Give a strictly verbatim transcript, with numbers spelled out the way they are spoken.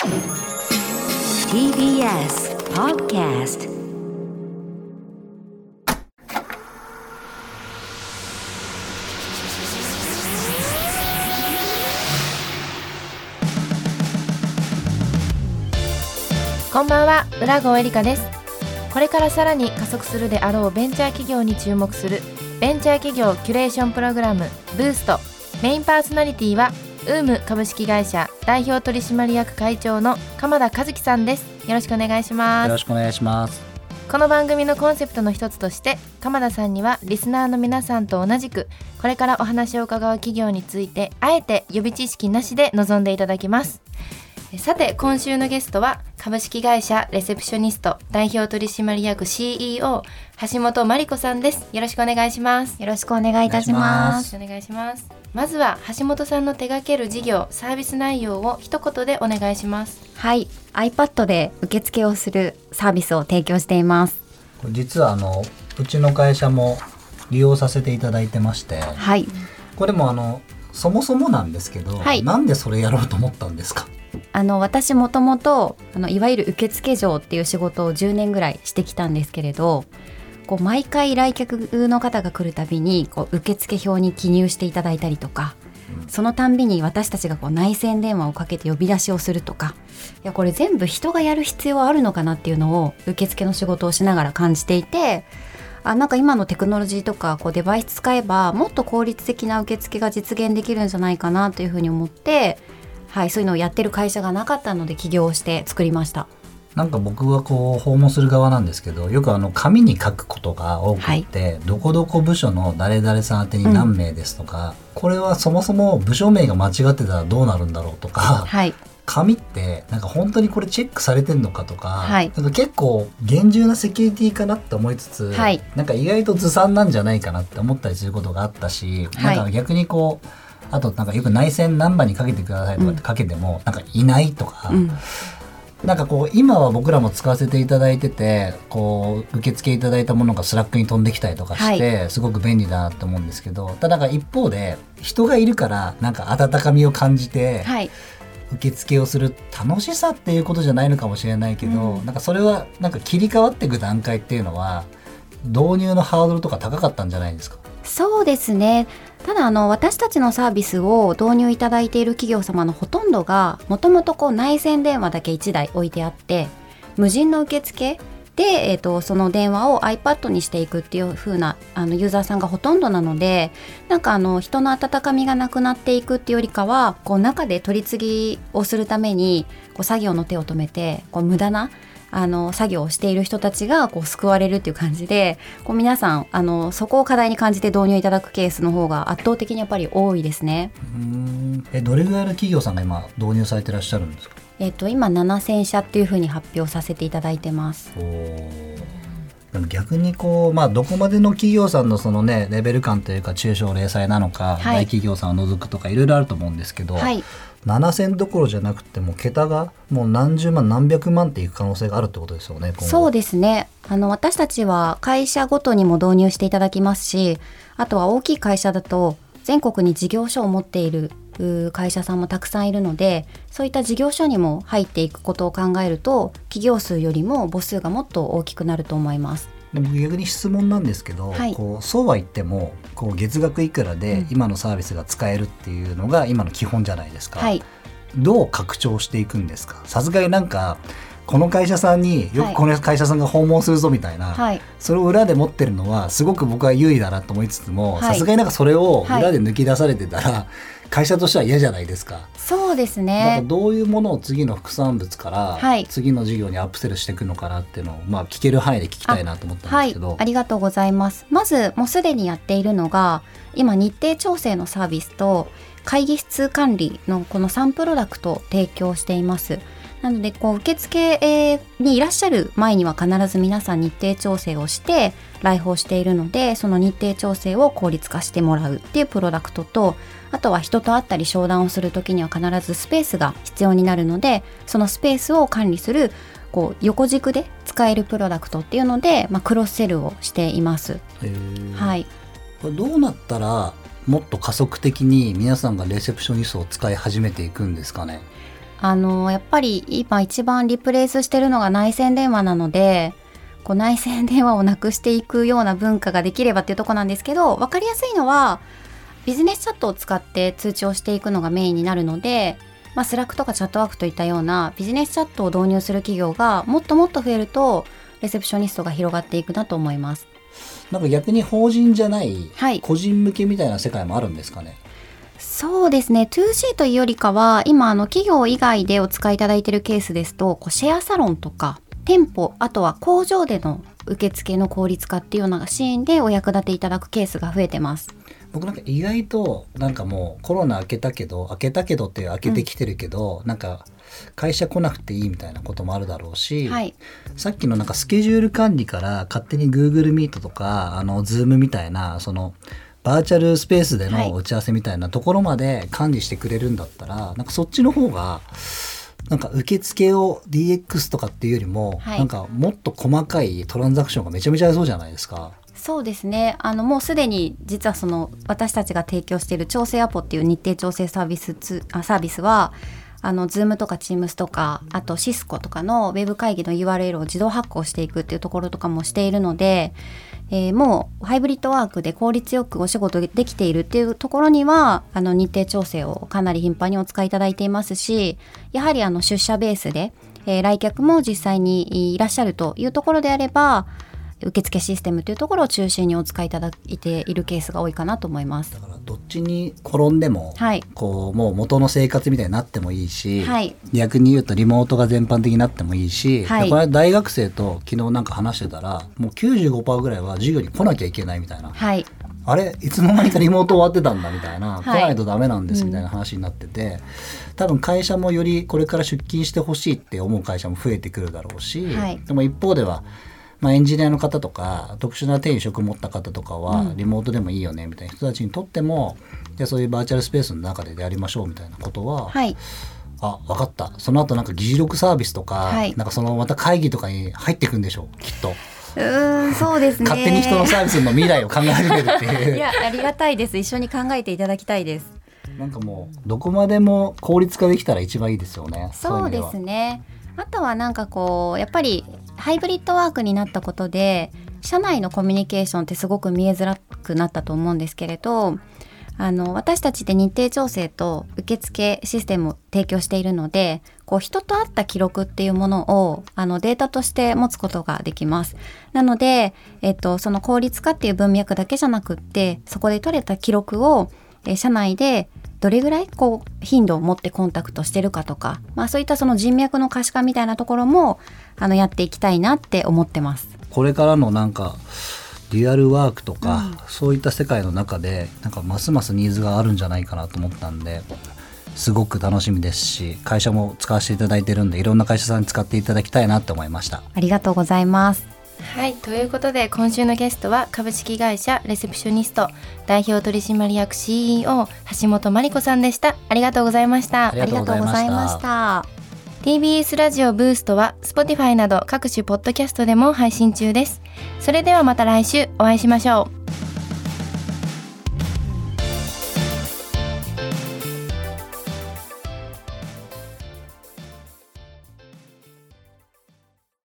ティービーエス Podcast。 こんばんは、浦郷エリカです。これからさらに加速するであろうベンチャー企業に注目するベンチャー企業キュレーションプログラムブースト。メインパーソナリティはウーム株式会社代表取締役会長の鎌田和樹さんです。よろしくお願いします。 よろしくお願いします。 この番組のコンセプトの一つとして鎌田さんにはリスナーの皆さんと同じくこれからお話を伺う企業についてあえて予備知識なしで臨んでいただきます。さて今週のゲストは株式会社レセプショニスト代表取締役 シーイーオー 橋本真理子さんです。よろしくお願いします。 よろしくお願いいたします。 お願いします。まずは橋本さんの手掛ける事業サービス内容を一言でお願いします。 はい、 iPad で受付をするサービスを提供しています。 これ実はあのうちの会社も利用させていただいてまして、 はい、 これもあのそもそもなんですけど、はい、なんでそれやろうと思ったんですか？ あの私もともとあのいわゆる受付嬢っていう仕事をじゅうねんぐらいしてきたんですけれど、こう毎回来客の方が来るたびにこう受付表に記入していただいたりとか、うん、そのたんびに私たちがこう内線電話をかけて呼び出しをするとか、いやこれ全部人がやる必要はあるのかなっていうのを受付の仕事をしながら感じていて、あなんか今のテクノロジーとかこうデバイス使えばもっと効率的な受付が実現できるんじゃないかなというふうに思って、はい、そういうのをやってる会社がなかったので起業して作りました。 なんか僕はこう訪問する側なんですけど、よくあの紙に書くことが多くって、はい、どこどこ部署の誰々さん宛てに何名ですとか、うん、これはそもそも部署名が間違ってたらどうなるんだろうとか、はい、紙ってなんか本当にこれチェックされてんのかとか、はい、なんか結構厳重なセキュリティかなって思いつつ、はい、なんか意外とずさんなんじゃないかなって思ったりすることがあったし、はい、なんか逆にこうあとなんかよく内線何番にかけてくださいとかってかけても、うん、なんかいないとか、うん、なんかこう今は僕らも使わせていただいてて、こう受付いただいたものがスラックに飛んできたりとかして、はい、すごく便利だなと思うんですけど、ただなんか一方で人がいるからなんか温かみを感じて、はい、受付をする楽しさっていうことじゃないのかもしれないけど、うん、なんかそれはなんか切り替わっていく段階っていうのは導入のハードルとか高かったんじゃないですか？ そうですね。ただあの私たちのサービスを導入いただいている企業様のほとんどがもともとこう内線電話だけいちだい置いてあって無人の受付で、えーと、その電話を iPad にしていくっていう風なあのユーザーさんがほとんどなので、なんかあの人の温かみがなくなっていくっていうよりかはこう中で取り次ぎをするためにこう作業の手を止めてこう無駄なあの作業をしている人たちがこう救われるっていう感じで、こう皆さんあのそこを課題に感じて導入いただくケースの方が圧倒的にやっぱり多いですね。 うーんえどれぐらいの企業さんが今導入されてらっしゃるんですか？ えっと今ななせんしゃっていうふうに発表させていただいてます。 おでも逆にこう、まあ、どこまでの企業さんのそのねレベル感というか中小零細なのか、はい、大企業さんを除くとかいろいろあると思うんですけど、はい、ななせんどころじゃなくても桁がもう何十万何百万っていく可能性があるってことですよね。今後そうですね。あの私たちは会社ごとにも導入していただきますし、あとは大きい会社だと全国に事業所を持っている会社さんもたくさんいるので、そういった事業所にも入っていくことを考えると企業数よりも母数がもっと大きくなると思います。 でも逆に質問なんですけど、はい、こうそうは言ってもこう月額いくらで今のサービスが使えるっていうのが今の基本じゃないですか、はい、どう拡張していくんですか？さすがになんかこの会社さんによくこの会社さんが訪問するぞみたいな、はい、それを裏で持ってるのはすごく僕は優位だなと思いつつも、さすがになんかそれを裏で抜き出されてたら、はい、会社としては嫌じゃないですか。 そうですね。 なんかどういうものを次の副産物から次の事業にアップセルしていくのかなっていうのを、まあ、聞ける範囲で聞きたいなと思ったんですけど。 あ,、はい、ありがとうございます。まずもうすでにやっているのが今日程調整のサービスと会議室管理のこのさんプロダクトを提供しています。なのでこう受付にいらっしゃる前には必ず皆さん日程調整をして来訪しているので、その日程調整を効率化してもらうっていうプロダクトと、あとは人と会ったり商談をするときには必ずスペースが必要になるので、そのスペースを管理するこう横軸で使えるプロダクトっていうので、まあ、クロスセルをしています。 へー、 はい、 これどうなったらもっと加速的に皆さんがレセプショニストを使い始めていくんですかね？ あのやっぱり今一番リプレイスしてるのが内線電話なので、こう内線電話をなくしていくような文化ができればっていうところなんですけど、分かりやすいのはビジネスチャットを使って通知をしていくのがメインになるので、まあ、スラックとかチャットワークといったようなビジネスチャットを導入する企業がもっともっと増えるとレセプショニストが広がっていくなと思います。 なんか逆に法人じゃないはい個人向けみたいな世界もあるんですかね。 そうですね ツーシー というよりかは今あの企業以外でお使いいただいているケースですと、こうシェアサロンとか店舗、あとは工場での受付の効率化っていうようなシーンでお役立ていただくケースが増えてます。 僕なんか意外となんかもうコロナ明けたけど明けたけどって明けてきてるけど、うん、なんか会社来なくていいみたいなこともあるだろうし、 はい、 さっきのなんかスケジュール管理から勝手に Google Meet とかあの Zoom みたいなそのバーチャルスペースでの打ち合わせみたいなところまで管理してくれるんだったら、はい、なんかそっちの方がなんか受付を ディーエックス とかっていうよりも、はい、なんかもっと細かいトランザクションがめちゃめちゃありそうじゃないですか。 そうですね、あのもうすでに実はその私たちが提供している調整アポっていう日程調整サービスつあサービスはあの Zoom とか Teams とかあと Cisco とかのウェブ会議の ユーアールエル を自動発行していくっていうところとかもしているので、えー、もうハイブリッドワークで効率よくお仕事できているっていうところにはあの日程調整をかなり頻繁にお使いいただいていますし、やはりあの出社ベースで、えー、来客も実際にいらっしゃるというところであれば受付システムというところを中心にお使いいただいているケースが多いかなと思います。 だからどっちに転んでも、はい、こうもう元の生活みたいになってもいいし、はい、逆に言うとリモートが全般的になってもいいし、はい、これ大学生と昨日なんか話してたらもう きゅうじゅうごパーセント ぐらいは授業に来なきゃいけないみたいな、はい、あれいつの間にかリモート終わってたんだみたいな、はい、来ないとダメなんですみたいな話になってて、うん、多分会社もよりこれから出勤してほしいって思う会社も増えてくるだろうし、はい、でも一方ではまあ、エンジニアの方とか特殊な手に職を持った方とかはリモートでもいいよねみたいな人たちにとっても、うん、じゃあそういうバーチャルスペースの中でやりましょうみたいなことは、はい、あ分かった、その後なんか議事録サービスとか、はい、なんかそのまた会議とかに入っていくんでしょうきっと。 うーんそうですね勝手に人のサービスの未来を考え始めるっていういやありがたいです、一緒に考えていただきたいです。 なんかもうどこまでも効率化できたら一番いいですよね。 そうですね。あとはなんかこうやっぱりハイブリッドワークになったことで社内のコミュニケーションってすごく見えづらくなったと思うんですけれど、あの私たちで日程調整と受付システムを提供しているので、こう人と会った記録っていうものをあのデータとして持つことができます。なので、えっと、その効率化っていう文脈だけじゃなくって、そこで取れた記録を、え社内でどれぐらいこう頻度を持ってコンタクトしてるかとか、まあ、そういったその人脈の可視化みたいなところもあのやっていきたいなって思ってます。 これからのなんかリアルワークとか、うん、そういった世界の中でなんかますますニーズがあるんじゃないかなと思ったんで、すごく楽しみですし、会社も使わせていただいてるんでいろんな会社さんに使っていただきたいなと思いました。 ありがとうございます。 はい、ということで今週のゲストは株式会社レセプショニスト代表取締役 シーイーオー 橋本真理子さんでした。ありがとうございました。 ありがとうございました。 ティービーエス ラジオブーストは Spotify など各種ポッドキャストでも配信中です。それではまた来週お会いしましょう。